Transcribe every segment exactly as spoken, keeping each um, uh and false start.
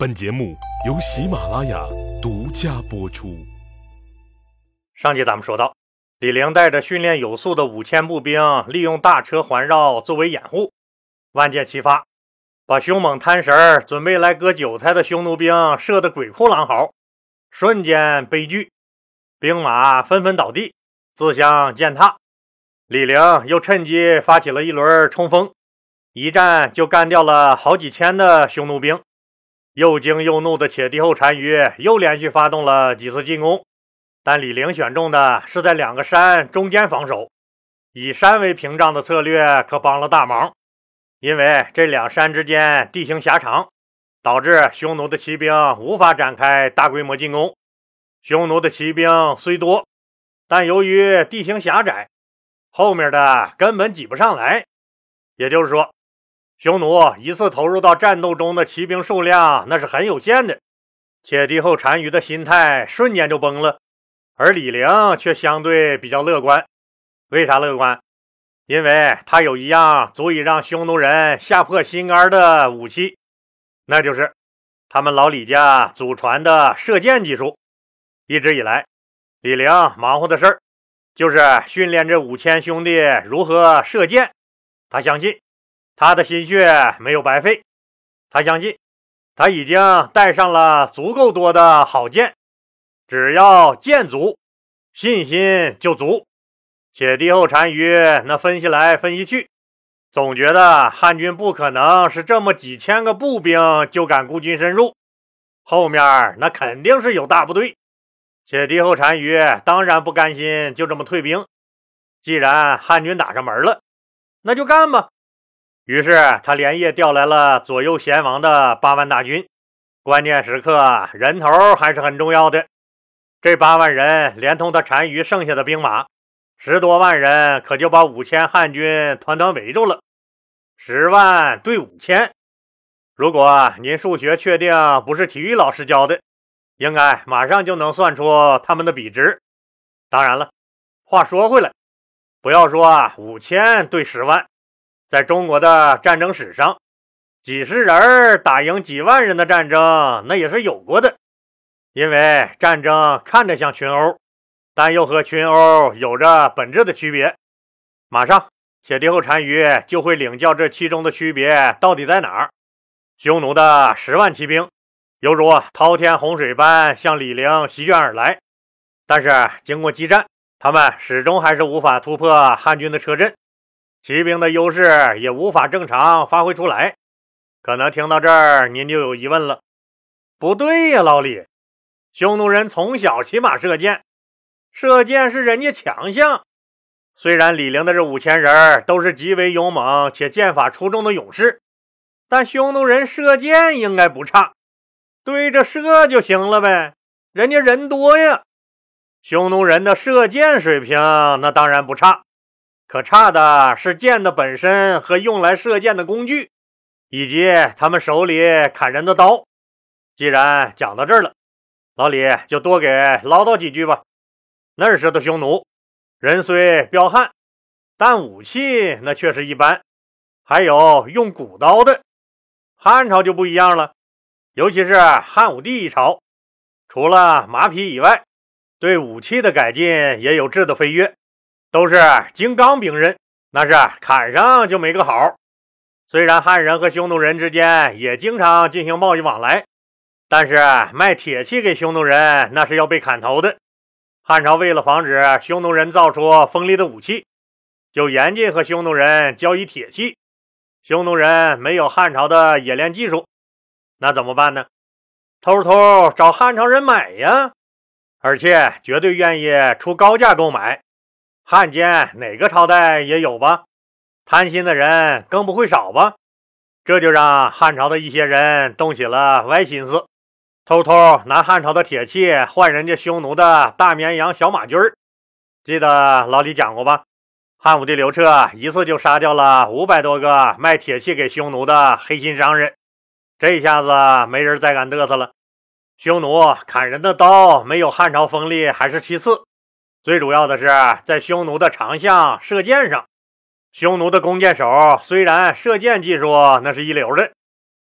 本节目由喜马拉雅独家播出。 上集咱们说到，李陵带着训练有素的五千步兵，利用大车环绕作为掩护，万箭齐发，把凶猛贪食准备来割韭菜的匈奴兵射得鬼哭狼嚎，瞬间悲剧，兵马纷纷倒地，自相践踏。李陵又趁机发起了一轮冲锋，一战就干掉了好几千的匈奴兵。又惊又怒的且帝后单于又连续发动了几次进攻，但李陵选中的是在两个山中间防守，以山为屏障的策略可帮了大忙。因为这两山之间地形狭长，导致匈奴的骑兵无法展开大规模进攻。匈奴的骑兵虽多，但由于地形狭窄，后面的根本挤不上来。也就是说，匈奴一次投入到战斗中的骑兵数量那是很有限的，且帝后单于的心态瞬间就崩了，而李陵却相对比较乐观。为啥乐观？因为他有一样足以让匈奴人吓破心肝的武器，那就是他们老李家祖传的射箭技术。一直以来，李陵忙活的事儿就是训练这五千兄弟如何射箭。他相信他的心血没有白费，他相信他已经带上了足够多的好箭，只要箭足，信心就足。且帝后单于那分析来分析去，总觉得汉军不可能是这么几千个步兵就敢孤军深入，后面那肯定是有大部队。且帝后单于当然不甘心就这么退兵，既然汉军打上门了，那就干吧。于是他连夜调来了左右贤王的八万大军，关键时刻人头还是很重要的。这八万人连同他单于剩下的兵马十多万人，可就把五千汉军团团围住了。十万对五千，如果您数学确定不是体育老师教的，应该马上就能算出他们的比值。当然了，话说回来，不要说五千对十万，在中国的战争史上，几十人打赢几万人的战争那也是有过的。因为战争看着像群殴，但又和群殴有着本质的区别。马上且帝后单于就会领教这其中的区别到底在哪儿。匈奴的十万骑兵犹如滔天洪水般向李陵席卷而来，但是经过激战，他们始终还是无法突破汉军的车阵，骑兵的优势也无法正常发挥出来。可能听到这儿您就有疑问了，不对呀，老李，匈奴人从小骑马射箭，射箭是人家强项。虽然李陵的这五千人都是极为勇猛且剑法出众的勇士，但匈奴人射箭应该不差，对着射就行了呗，人家人多呀。匈奴人的射箭水平那当然不差，可差的是箭的本身和用来射箭的工具，以及他们手里砍人的刀。既然讲到这儿了，老李就多给唠叨几句吧。那时的匈奴人虽彪悍，但武器那确实一般，还有用骨刀的。汉朝就不一样了，尤其是汉武帝一朝，除了马匹以外，对武器的改进也有质的飞跃，都是金刚兵刃，那是砍上就没个好。虽然汉人和匈奴人之间也经常进行贸易往来，但是卖铁器给匈奴人那是要被砍头的。汉朝为了防止匈奴人造出锋利的武器，就严禁和匈奴人交易铁器。匈奴人没有汉朝的冶炼技术，那怎么办呢？偷偷找汉朝人买呀，而且绝对愿意出高价购买。汉奸哪个朝代也有吧，贪心的人更不会少吧。这就让汉朝的一些人动起了歪心思，偷偷拿汉朝的铁器换人家匈奴的大绵羊、小马驹儿。记得老李讲过吧，汉武帝刘彻一次就杀掉了五百多个卖铁器给匈奴的黑心商人，这下子没人再敢嘚瑟了。匈奴砍人的刀没有汉朝锋利还是其次，最主要的是在匈奴的长项射箭上，匈奴的弓箭手虽然射箭技术那是一流的，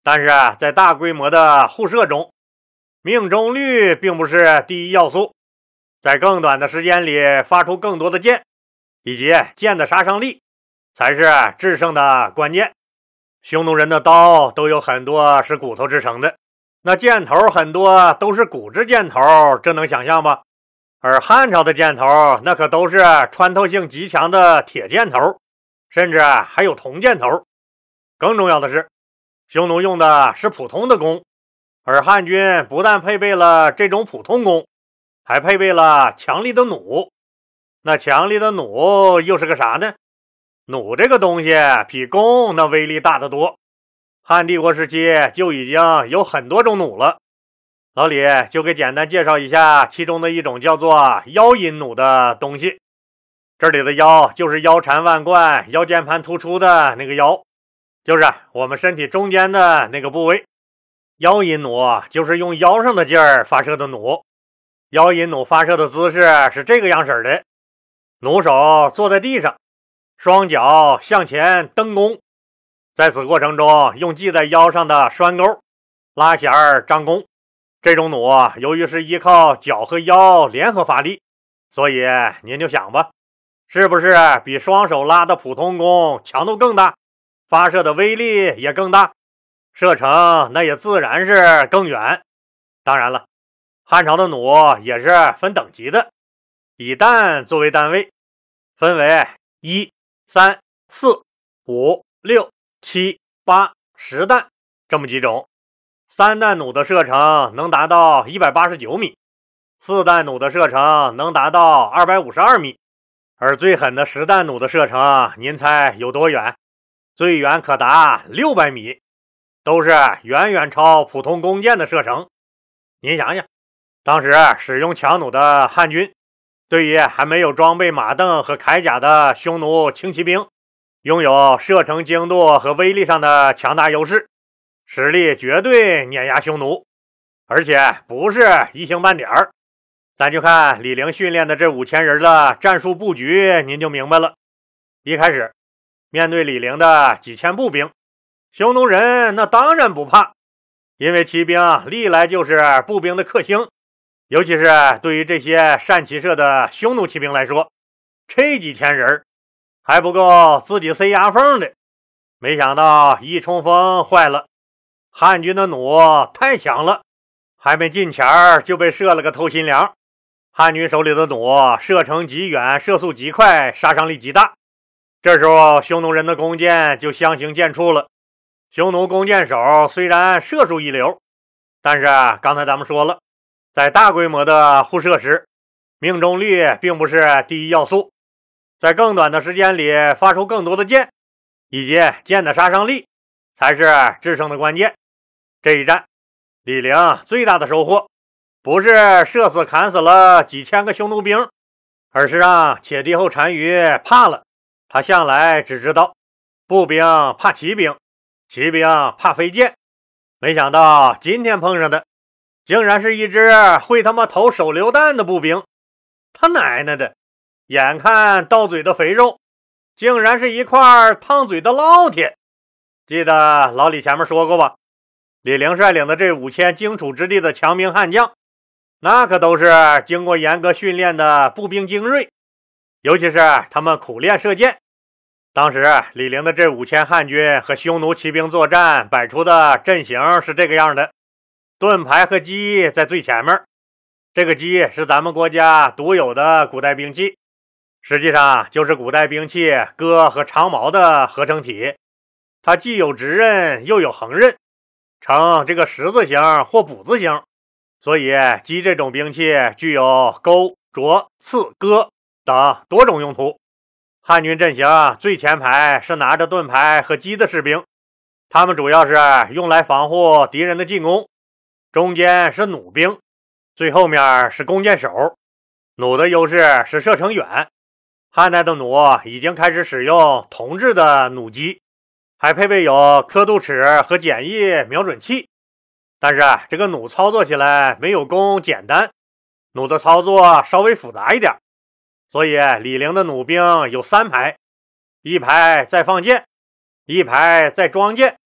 但是在大规模的互射中，命中率并不是第一要素，在更短的时间里发出更多的箭，以及箭的杀伤力才是制胜的关键。匈奴人的刀都有很多是骨头制成的，那箭头很多都是骨质箭头，这能想象吗？而汉朝的箭头那可都是穿透性极强的铁箭头，甚至还有铜箭头。更重要的是，匈奴用的是普通的弓，而汉军不但配备了这种普通弓，还配备了强力的弩。那强力的弩又是个啥呢？弩这个东西比弓那威力大得多，汉帝国时期就已经有很多种弩了。老李就给简单介绍一下其中的一种叫做腰引弩的东西。这里的腰就是腰缠万贯、腰间盘突出的那个腰，就是我们身体中间的那个部位。腰引弩就是用腰上的劲儿发射的弩。腰引弩发射的姿势是这个样式的，弩手坐在地上，双脚向前蹬弓，在此过程中用系在腰上的拴钩拉弦儿张弓。这种弩由于是依靠脚和腰联合发力，所以您就想吧，是不是比双手拉的普通弓强度更大，发射的威力也更大，射程那也自然是更远。当然了，汉朝的弩也是分等级的，以弹作为单位，分为一、三、四、五、六、七、八、十弹这么几种。三弹弩的射程能达到一百八十九米，四弹弩的射程能达到二百五十二米，而最狠的十弹弩的射程，您猜有多远？最远可达六百米，都是远远超普通弓箭的射程。您想想，当时使用强弩的汉军，对于还没有装备马镫和铠甲的匈奴轻骑兵，拥有射程精度和威力上的强大优势，实力绝对碾压匈奴，而且不是一星半点儿。咱就看李陵训练的这五千人的战术布局，您就明白了。一开始面对李陵的几千步兵，匈奴人那当然不怕，因为骑兵历来就是步兵的克星，尤其是对于这些善骑射的匈奴骑兵来说，这几千人还不够自己塞牙缝的。没想到一冲锋坏了，汉军的弩太强了，还没进前就被射了个透心凉。汉军手里的弩射程极远，射速极快，杀伤力极大。这时候匈奴人的弓箭就相形见绌了。匈奴弓箭手虽然射术一流，但是刚才咱们说了，在大规模的互射时，命中率并不是第一要素，在更短的时间里发出更多的箭，以及箭的杀伤力才是制胜的关键。这一战，李陵最大的收获不是射死砍死了几千个匈奴兵，而是让且帝后单于怕了。他向来只知道步兵怕骑兵，骑兵怕飞箭，没想到今天碰上的竟然是一支会他妈投手榴弹的步兵。他奶奶的，眼看到嘴的肥肉，竟然是一块烫嘴的烙铁。记得老李前面说过吧，李陵率领的这五千荆楚之地的强兵悍将，那可都是经过严格训练的步兵精锐，尤其是他们苦练射箭。当时李陵的这五千汉军和匈奴骑兵作战摆出的阵型是这个样的：盾牌和戟在最前面，这个戟是咱们国家独有的古代兵器，实际上就是古代兵器戈和长矛的合成体，它既有直刃又有横刃，呈这个十字形或补字形，所以戟这种兵器具有钩、斫、刺、割等多种用途。汉军阵型最前排是拿着盾牌和戟的士兵，他们主要是用来防护敌人的进攻，中间是弩兵，最后面是弓箭手。弩的优势是射程远，汉代的弩已经开始使用铜制的弩机，还配备有刻度尺和简易瞄准器。但是这个弩操作起来没有弓简单，弩的操作稍微复杂一点，所以李陵的弩兵有三排，一排在放箭，一排在装箭，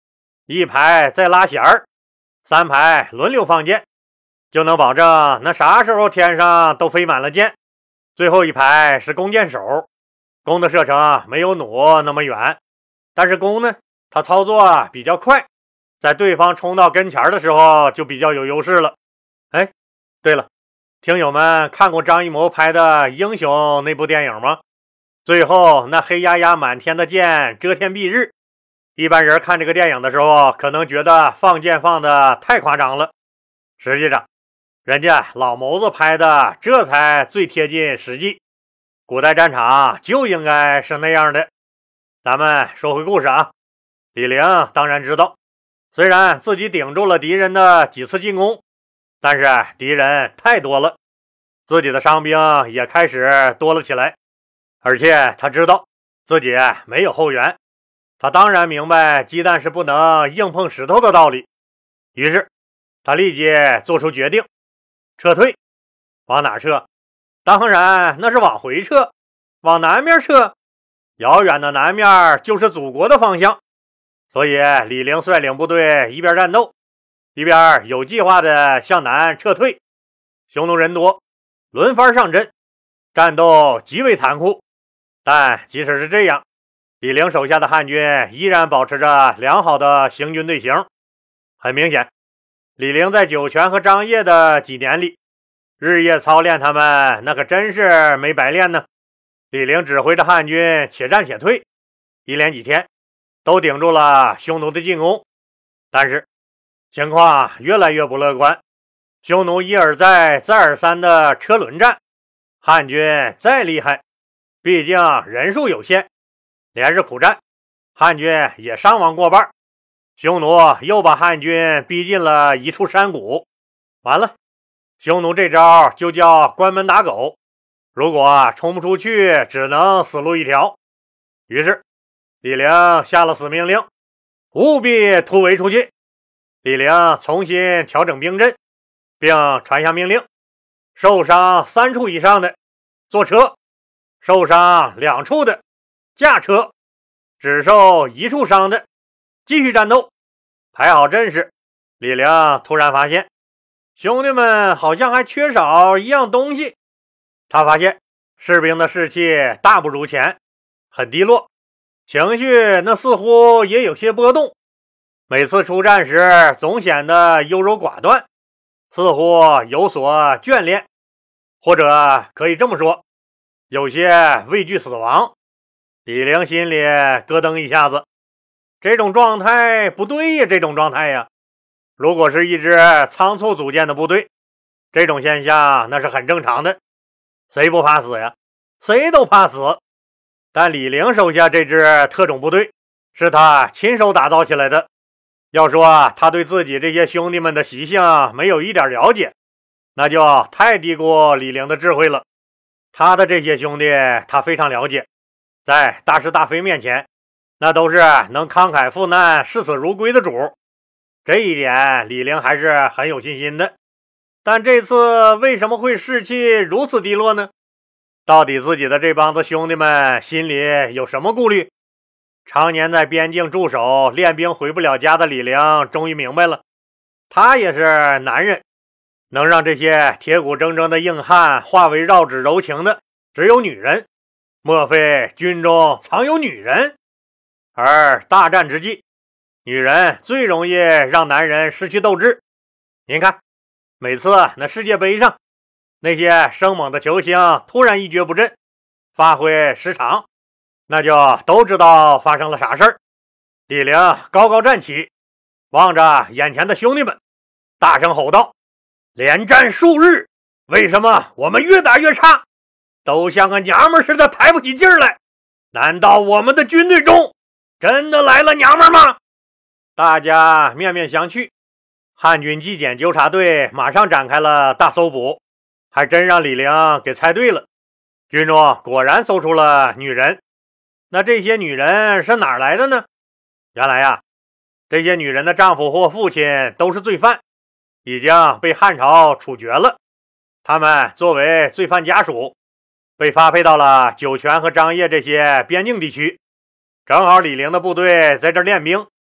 一排再拉弦儿，三排轮流放箭，就能保证那啥时候天上都飞满了箭。最后一排是弓箭手，弓的射程没有弩那么远，但是弓呢，它操作比较快，在对方冲到跟前的时候就比较有优势了。哎，对了，听友们看过张艺谋拍的《英雄》那部电影吗？最后那黑压压满天的箭遮天蔽日，一般人看这个电影的时候可能觉得放箭放的太夸张了，实际上人家老谋子拍的这才最贴近实际，古代战场就应该是那样的。咱们说回故事啊，李陵当然知道，虽然自己顶住了敌人的几次进攻，但是敌人太多了，自己的伤兵也开始多了起来，而且他知道自己没有后援，他当然明白鸡蛋是不能硬碰石头的道理，于是他立即做出决定，撤退。往哪撤？当然那是往回撤，往南面撤，遥远的南面就是祖国的方向。所以李陵率领部队一边战斗，一边有计划的向南撤退。匈奴人多，轮番上阵，战斗极为残酷，但即使是这样，李陵手下的汉军依然保持着良好的行军队形。很明显，李陵在酒泉和张掖的几年里，日夜操练，他们那可真是没白练呢。李陵指挥着汉军且战且退，一连几天都顶住了匈奴的进攻，但是情况越来越不乐观。匈奴一而再再而三的车轮战，汉军再厉害，毕竟人数有限，连日苦战，汉军也伤亡过半，匈奴又把汉军逼进了一处山谷。完了，匈奴这招就叫关门打狗，如果冲不出去，只能死路一条。于是李陵下了死命令，务必突围出去。李陵重新调整兵阵，并传下命令，受伤三处以上的坐车，受伤两处的驾车，只受一处伤的继续战斗。排好阵势，李陵突然发现兄弟们好像还缺少一样东西。他发现士兵的士气大不如前，很低落，情绪那似乎也有些波动，每次出战时总显得优柔寡断，似乎有所眷恋，或者可以这么说，有些畏惧死亡。李陵心里咯噔一下子，这种状态不对呀，这种状态呀，如果是一支仓促组建的部队，这种现象那是很正常的，谁不怕死呀？谁都怕死。但李陵手下这支特种部队是他亲手打造起来的，要说他对自己这些兄弟们的习性没有一点了解，那就太低估李陵的智慧了。他的这些兄弟他非常了解，在大是大非面前，那都是能慷慨赴难视死如归的主，这一点李陵还是很有信心的。但这次为什么会士气如此低落呢？到底自己的这帮子兄弟们心里有什么顾虑？常年在边境驻守练兵回不了家的李陵终于明白了，他也是男人，能让这些铁骨铮铮的硬汉化为绕指柔情的只有女人。莫非军中藏有女人？而大战之际，女人最容易让男人失去斗志。您看，每次那世界杯上，那些生猛的球星突然一蹶不振，发挥失常，那就都知道发生了啥事儿。李陵高高站起，望着眼前的兄弟们，大声吼道：连战数日，为什么我们越打越差？都像个娘们似的抬不起劲儿来，难道我们的军队中真的来了娘们吗？大家面面相觑，汉军纪检纠察队马上展开了大搜捕，还真让李陵给猜对了，军中果然搜出了女人。那这些女人是哪儿来的呢？原来呀，这些女人的丈夫或父亲都是罪犯，已经被汉朝处决了，他们作为罪犯家属被发配到了酒泉和张掖这些边境地区，正好李陵的部队在这练兵，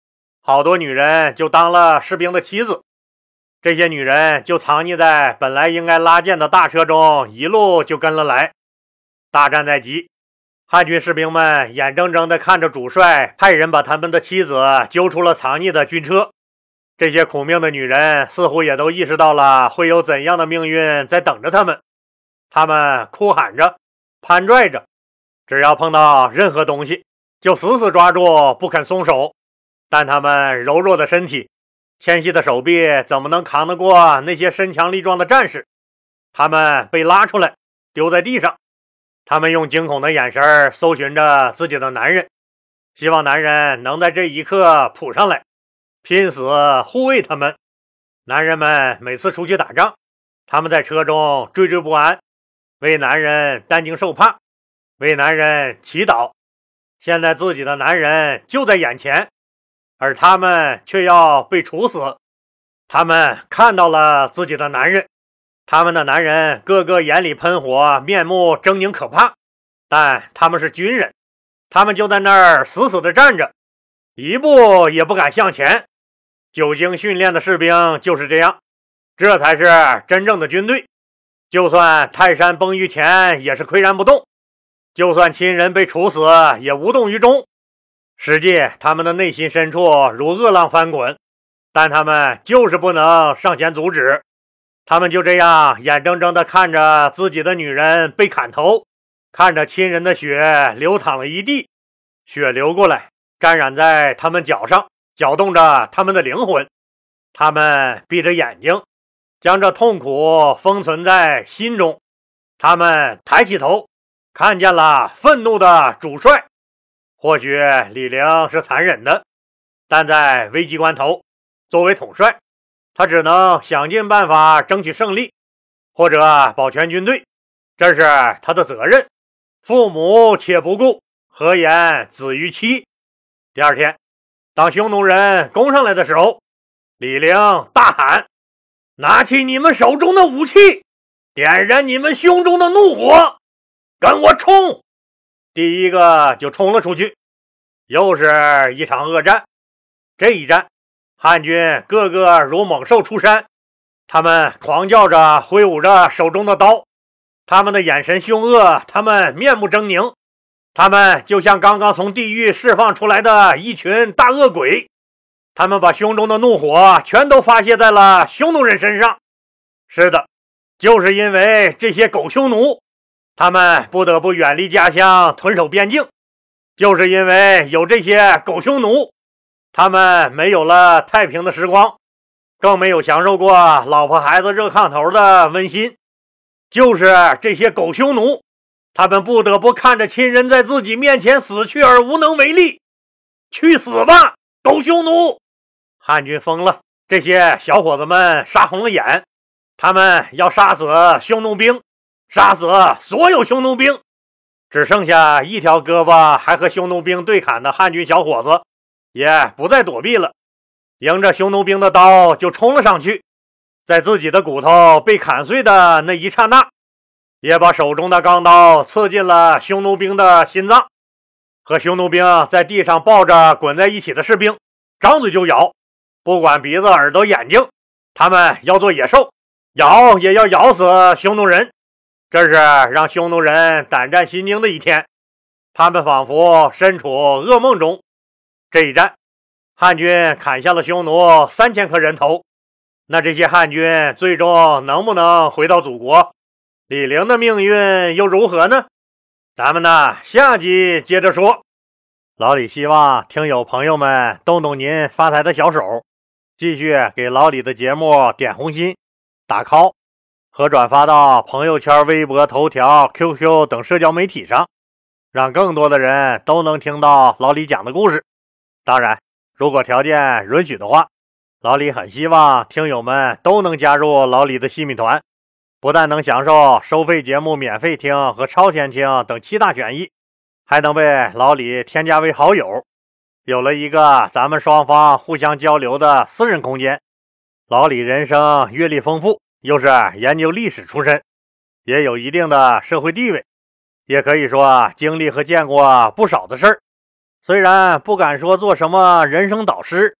好多女人就当了士兵的妻子。这些女人就藏匿在本来应该拉箭的大车中，一路就跟了来。大战在即，汉军士兵们眼睁睁地看着主帅派人把他们的妻子揪出了藏匿的军车。这些苦命的女人似乎也都意识到了会有怎样的命运在等着他们，他们哭喊着，攀拽着，只要碰到任何东西就死死抓住，不肯松手。但他们柔弱的身体，纤细的手臂怎么能扛得过那些身强力壮的战士？他们被拉出来，丢在地上。他们用惊恐的眼神搜寻着自己的男人，希望男人能在这一刻扑上来，拼死护卫他们。男人们每次出去打仗，他们在车中惴惴不安，为男人担惊受怕，为男人祈祷。现在自己的男人就在眼前，而他们却要被处死。他们看到了自己的男人，他们的男人个个眼里喷火，面目狰狞可怕，但他们是军人，他们就在那儿死死地站着，一步也不敢向前。久经训练的士兵就是这样，这才是真正的军队。就算泰山崩于前也是岿然不动，就算亲人被处死也无动于衷。实际他们的内心深处如恶浪翻滚，但他们就是不能上前阻止。他们就这样眼睁睁地看着自己的女人被砍头，看着亲人的血流淌了一地，血流过来沾染在他们脚上，搅动着他们的灵魂。他们闭着眼睛，将这痛苦封存在心中。他们抬起头，看见了愤怒的主帅。或许李陵是残忍的，但在危急关头，作为统帅，他只能想尽办法争取胜利，或者保全军队，这是他的责任。父母且不顾，何言子于妻？第二天，当匈奴人攻上来的时候，李陵大喊：拿起你们手中的武器，点燃你们胸中的怒火，跟我冲！第一个就冲了出去，又是一场恶战。这一战，汉军个个如猛兽出山，他们狂叫着，挥舞着手中的刀，他们的眼神凶恶，他们面目狰狞，他们就像刚刚从地狱释放出来的一群大恶鬼。他们把胸中的怒火全都发泄在了匈奴人身上。是的，就是因为这些狗匈奴，他们不得不远离家乡，屯守边境。就是因为有这些狗匈奴，他们没有了太平的时光，更没有享受过老婆孩子热炕头的温馨。就是这些狗匈奴，他们不得不看着亲人在自己面前死去而无能为力。去死吧，狗匈奴！汉军疯了，这些小伙子们杀红了眼，他们要杀死匈奴兵，杀死所有匈奴兵。只剩下一条胳膊还和匈奴兵对砍的汉军小伙子也不再躲避了，迎着匈奴兵的刀就冲了上去。在自己的骨头被砍碎的那一刹那，也把手中的钢刀刺进了匈奴兵的心脏。和匈奴兵在地上抱着滚在一起的士兵张嘴就咬，不管鼻子耳朵眼睛，他们要做野兽，咬也要咬死匈奴人。这是让匈奴人胆战心惊的一天，他们仿佛身处噩梦中。这一战，汉军砍下了匈奴三千颗人头。那这些汉军最终能不能回到祖国？李陵的命运又如何呢？咱们呢，下集接着说。老李希望听友朋友们动动您发财的小手，继续给老李的节目点红心、打 call 和转发到朋友圈、微博、头条、Q Q 等社交媒体上，让更多的人都能听到老李讲的故事。当然，如果条件允许的话，老李很希望听友们都能加入老李的西米团，不但能享受收费节目免费听和超前听等七大权益，还能被老李添加为好友，有了一个咱们双方互相交流的私人空间。老李人生阅历丰富，又是研究历史出身，也有一定的社会地位，也可以说经历和见过不少的事儿。虽然不敢说做什么人生导师，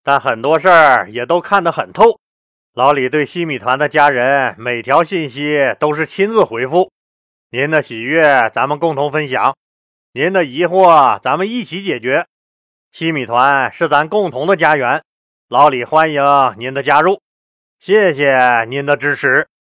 但很多事儿也都看得很透。老李对西米团的家人每条信息都是亲自回复，您的喜悦咱们共同分享，您的疑惑咱们一起解决。西米团是咱共同的家园，老李欢迎您的加入，谢谢您的支持。